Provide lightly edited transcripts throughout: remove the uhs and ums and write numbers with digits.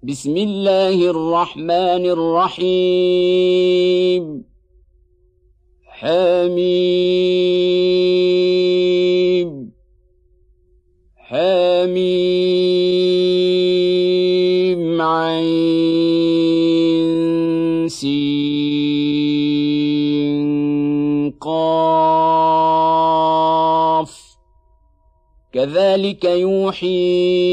بسم الله الرحمن الرحيم حميم حميم عين سين قاف كذلك يوحي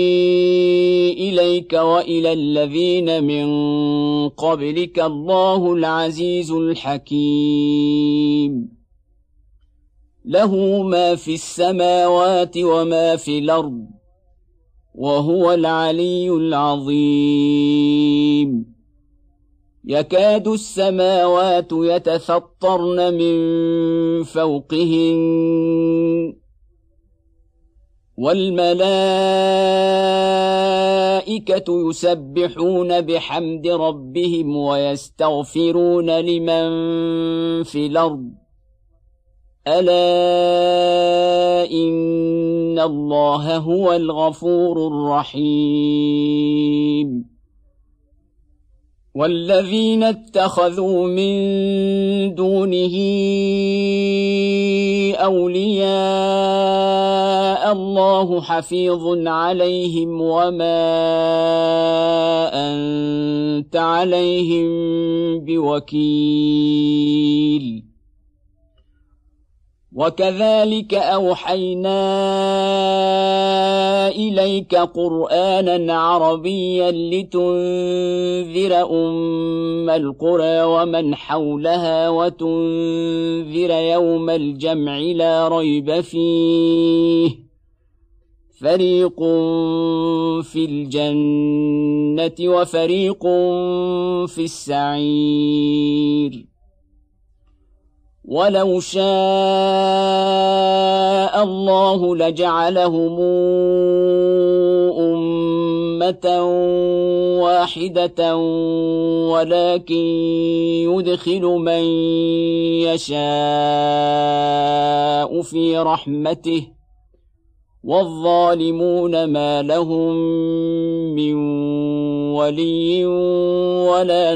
إليك وإلى الذين من قبلك الله العزيز الحكيم له ما في السماوات وما في الأرض وهو العلي العظيم يكاد السماوات يتفطرن من فوقهن والملائكة يسبحون بحمد ربهم ويستغفرون لمن في الأرض ألا إن الله هو الغفور الرحيم والذين اتخذوا من دونه أولياء الله حفيظ عليهم وما أنت عليهم بوكيل وكذلك أوحينا إليك قرآنا عربيا لتنذر أم القرى ومن حولها وتنذر يوم الجمع لا ريب فيه فريق في الجنة وفريق في السعير ولو شاء الله لجعلهم أمة واحدة ولكن يدخل من يشاء في رحمته والظالمون ما لهم من ولي ولا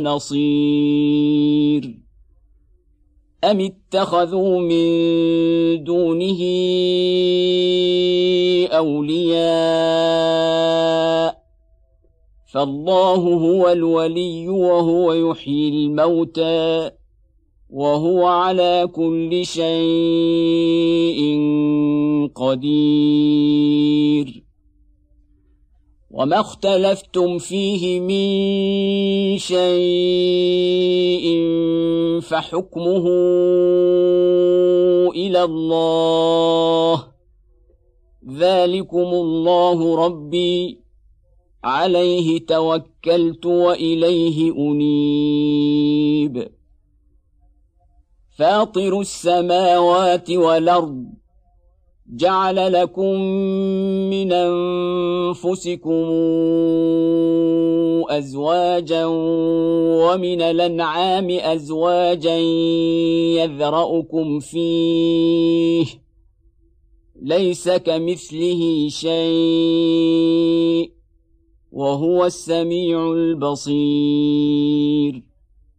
نصير أم اتخذوا من دونه أولياء فالله هو الولي وهو يحيي الموتى وهو على كل شيء قدير وما اختلفتم فيه من شيء فحكمه إلى الله ذلكم الله ربي عليه توكلت وإليه أنيب فاطر السماوات والأرض جعل لكم من أنفسكم أزواجا ومن الأنعام أزواجا يذرأكم فيه ليس كمثله شيء وهو السميع البصير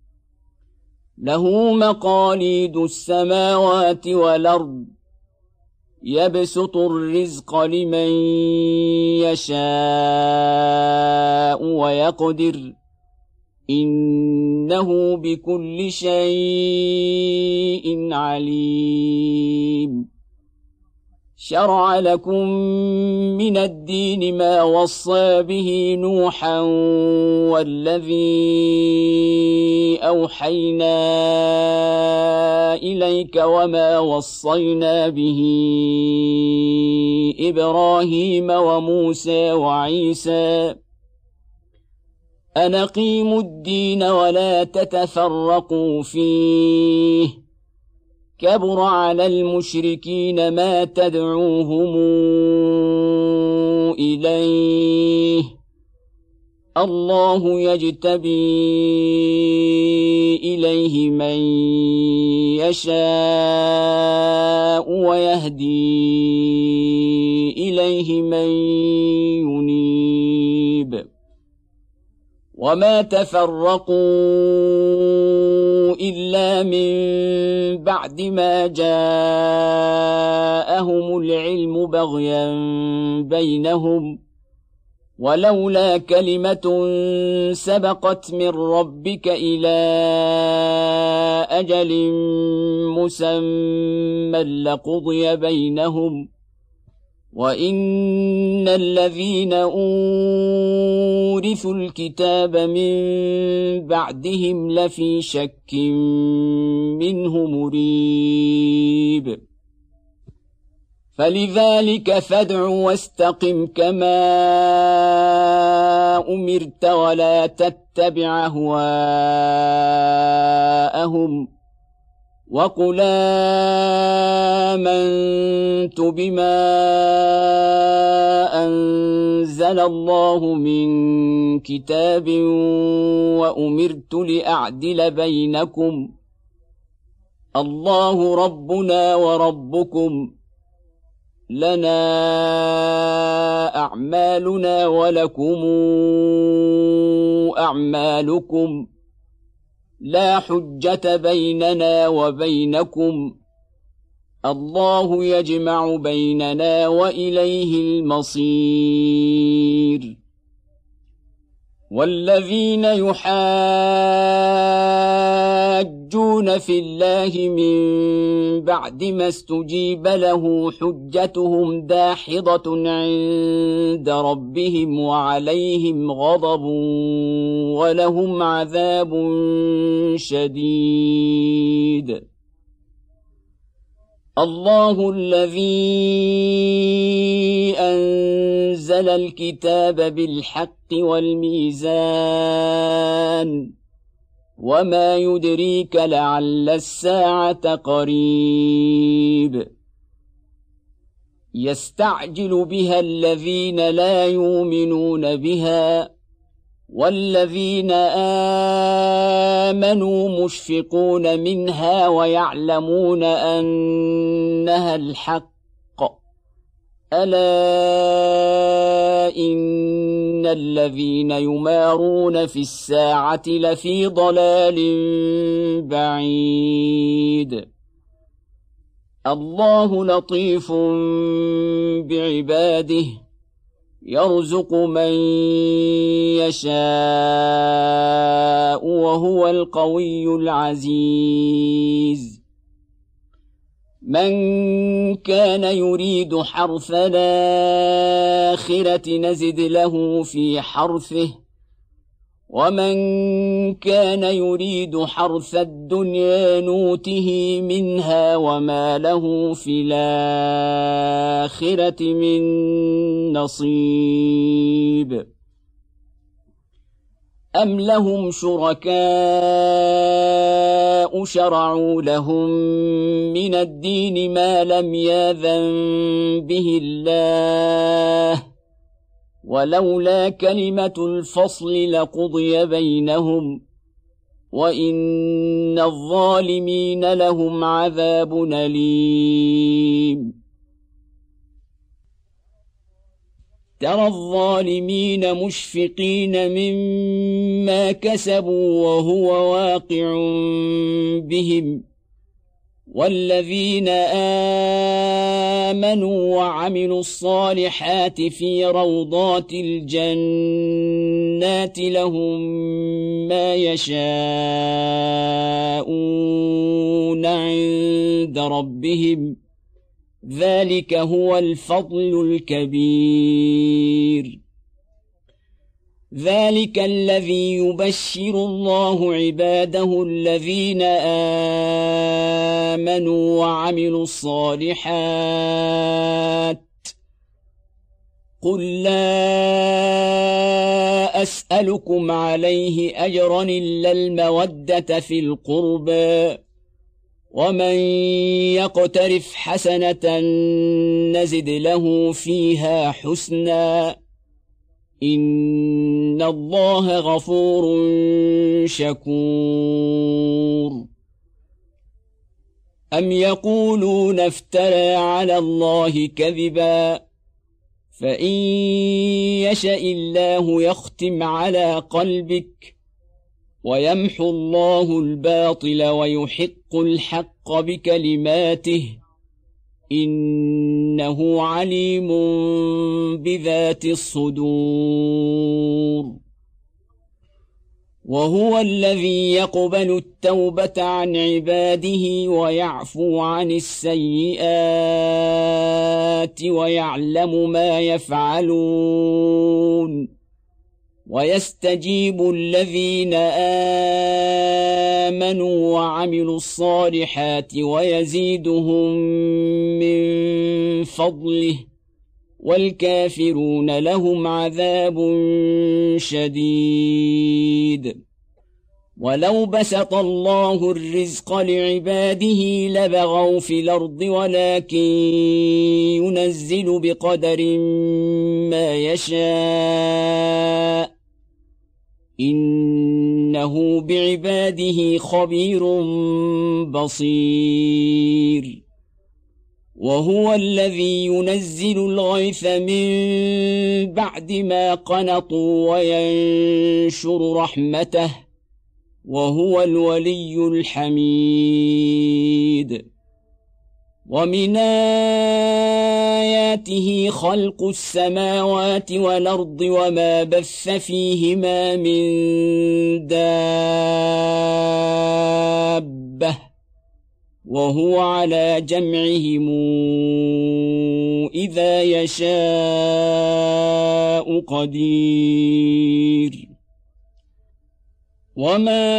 له مقاليد السماوات والأرض يبسط الرزق لمن يشاء ويقدر إنه بكل شيء عليم شرع لكم من الدين ما وصى به نوحا والذي أوحينا إليك وما وصينا به إبراهيم وموسى وعيسى أن أقيموا الدين ولا تتفرقوا فيه كبر على المشركين ما تدعوهم إليه الله يجتبي إليه من يشاء ويهدي إليه من ينيب وما تفرقوا إلا من بعد ما جاءهم العلم بغيا بينهم ولولا كلمة سبقت من ربك إلى أجل مسمى لقضي بينهم وإن الذين أورثوا الكتاب من بعدهم لفي شك منه مريب فلذلك فادع واستقم كما أمرت ولا تتبع أهواءهم وقل آمنت بما أنزل الله من كتاب وأمرت لأعدل بينكم الله ربنا وربكم لنا أعمالنا ولكم أعمالكم لا حجة بيننا وبينكم الله يجمع بيننا وإليه المصير والذين يحاجون في الله من بعد ما استجيب له حجتهم داحضة عند ربهم وعليهم غضب ولهم عذاب شديد الله الذي أنزل الكتاب بالحق والميزان وما يدريك لعل الساعة قريب يستعجل بها الذين لا يؤمنون بها والذين آمنوا مشفقون منها ويعلمون أنها الحق ألا إن الذين يمارون في الساعة لفي ضلال بعيد الله لطيف بعباده يرزق من يشاء وهو القوي العزيز من كان يريد حرث الآخرة نزد له في حرثه ومن كان يريد حرث الدنيا نوته منها وما له في الآخرة من نصيب أم لهم شركاء شرعوا لهم من الدين ما لم يأذن به الله ولولا كلمة الفصل لقضي بينهم وإن الظالمين لهم عذاب أليم ترى الظالمين مشفقين مما كسبوا وهو واقع بهم والذين آمنوا وعملوا الصالحات في روضات الجنات لهم ما يشاءون عند ربهم ذلك هو الفضل الكبير ذلك الذي يبشر الله عباده الذين آمنوا وعملوا الصالحات قل لا أسألكم عليه أجرا إلا المودة في القربى ومن يقترف حسنة نزد له فيها حسنا إن الله غفور شكور أم يقولون افترى على الله كذبا فإن يشاء الله يختم على قلبك ويمحو الله الباطل ويحق الحق بكلماته إنه عليم بذات الصدور وهو الذي يقبل التوبة عن عباده ويعفو عن السيئات ويعلم ما يفعلون ويستجيب الذين آمنوا وعملوا الصالحات ويزيدهم من فضله والكافرون لهم عذاب شديد ولو بسط الله الرزق لعباده لبغوا في الأرض ولكن ينزل بقدر ما يشاء إنه بعباده خبير بصير وهو الذي ينزل الغيث من بعد ما قنطوا وينشر رحمته وهو الولي الحميد ومن آياته خلق السماوات والأرض وما بث فيهما من دابة وهو على جمعهم إذا يشاء قدير وما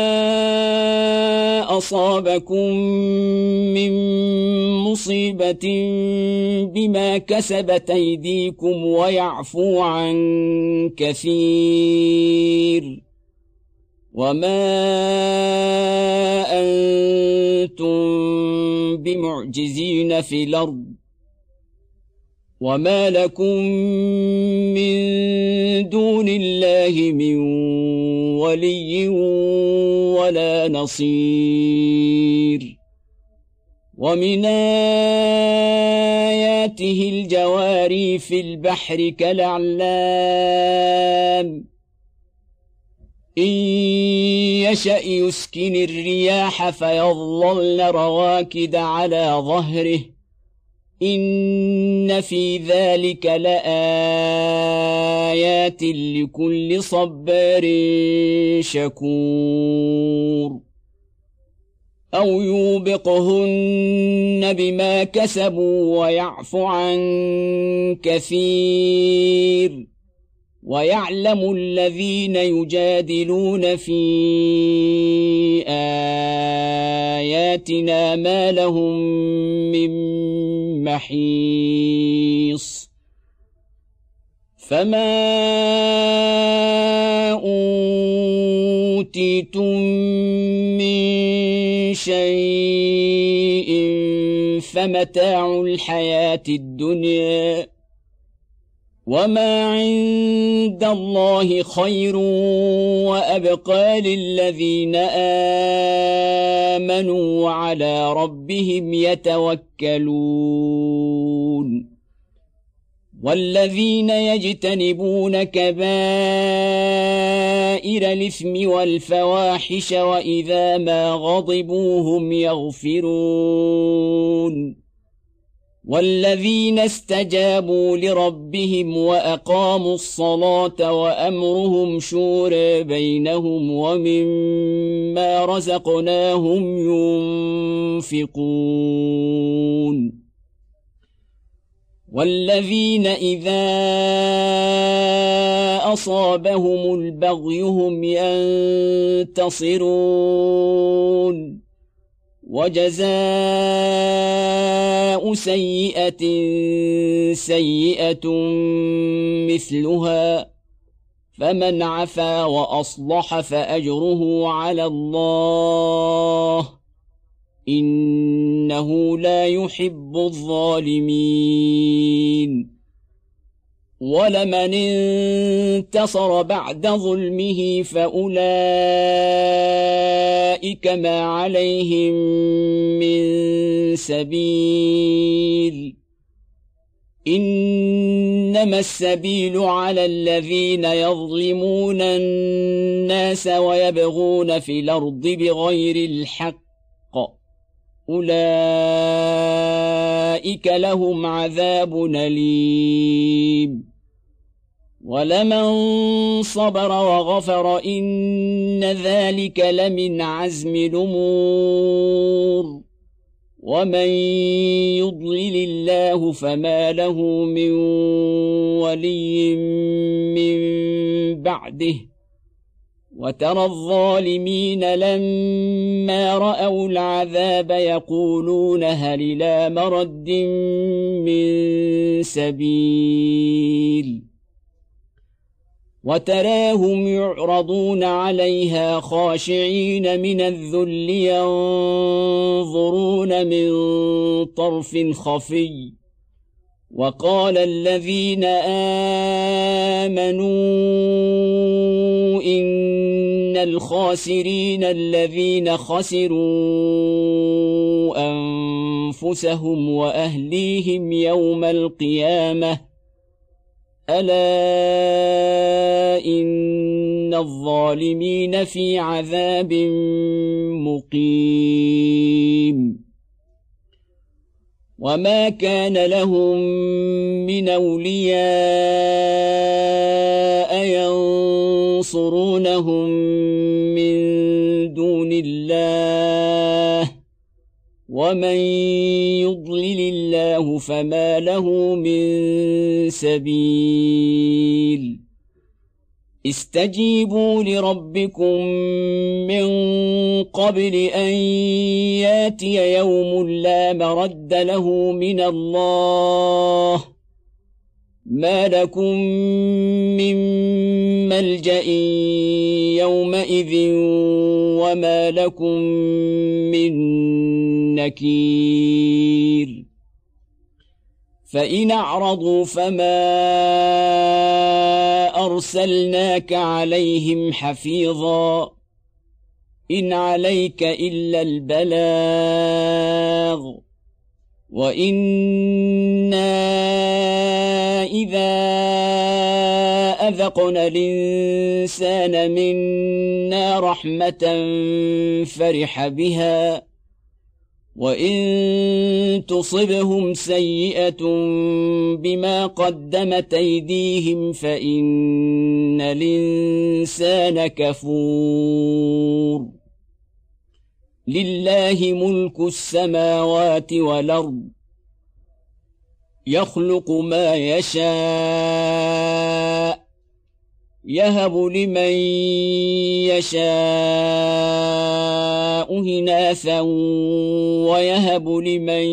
أصابكم من مصيبة بما كسبت أيديكم ويعفو عن كثير وما أنتم بمعجزين في الأرض وما لكم من دون الله من ولي ولا نصير ومن آياته الجواري في البحر كالأعلام إن يشأ يسكن الرياح فيظللن رواكد على ظهره إن في ذلك لآيات لكل صبار شكور أو يوبقهن بما كسبوا ويعفو عن كثير ويعلم الذين يجادلون في آياتنا ما لهم من محيص فما أوتيتم من شيء فمتاع الحياة الدنيا وما عند الله خير وأبقى للذين آمنوا وعلى ربهم يتوكلون والذين يجتنبون كبائر الإثم والفواحش وإذا ما غضبوا هم يغفرون والذين استجابوا لربهم وأقاموا الصلاة وأمرهم شورى بينهم ومما رزقناهم ينفقون والذين إذا أصابهم البغي هم ينتصرون وجزاء سيئة سيئة مثلها فمن عفا وأصلح فأجره على الله إنه لا يحب الظالمين ولمن انتصر بعد ظلمه فأولئك ما عليهم من سبيل إنما السبيل على الذين يظلمون الناس ويبغون في الأرض بغير الحق أولئك لهم عذاب أليم ولمن صبر وغفر إن ذلك لمن عزم الأمور ومن يضلل الله فما له من ولي من بعده وترى الظالمين لما رأوا العذاب يقولون هل إلى مرد من سبيل وتراهم يعرضون عليها خاشعين من الذل ينظرون من طرف خفي وقال الذين آمنوا إن الخاسرين الذين خسروا أنفسهم وأهليهم يوم القيامة ألا إن الظالمين في عذاب مقيم وما كان لهم من أولياء ينصرونهم من دون الله ومن يضلل الله فما له من سبيل استجيبوا لربكم من قبل أن ياتي يوم لا مرد له من الله ما لكم من ملجأ يومئذ وما لكم من نكير فإن أعرضوا فما أرسلناك عليهم حفيظا إن عليك إلا البلاغ وإنا إذا أذقنا الإنسان منا رحمة فرح بها وإن تصبهم سيئة بما قدمت أيديهم فإن الإنسان كفور لله ملك السماوات والأرض يخلق ما يشاء يهب لمن يشاء إناثا ويهب لمن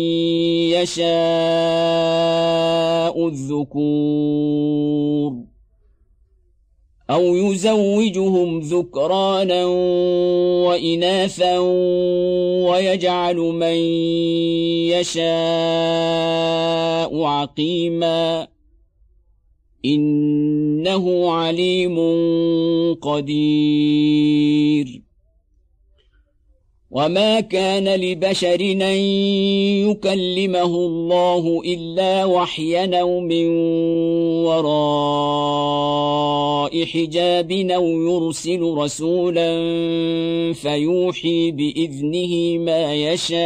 يشاء الذكور أو يزوجهم ذكرانا وإناثا ويجعل من يشاء عقيما إنه عليم قدير وما كان لبشر أن يكلمه الله إلا وحيا أو من وراء حجاب أو يرسل رسولا فيوحي بإذنه ما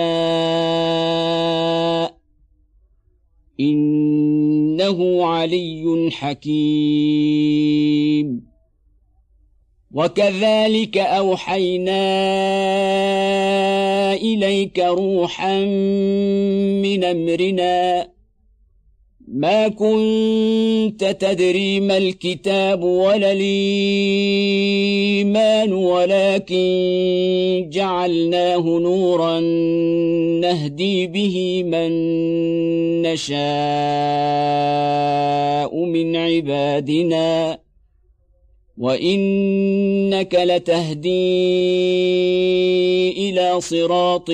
يشاء إنه علي حكيم وكذلك أوحينا إليك روحا من أمرنا ما كنت تدري ما الكتاب ولا الإيمان ولكن جعلناه نورا نهدي به من نشاء من عبادنا وإنك لتهدي إلى صراط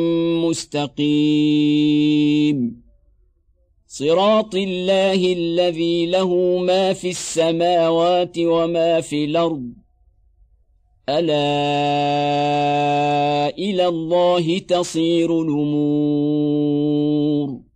مستقيم صراط الله الذي له ما في السماوات وما في الأرض ألا إلى الله تصير الأمور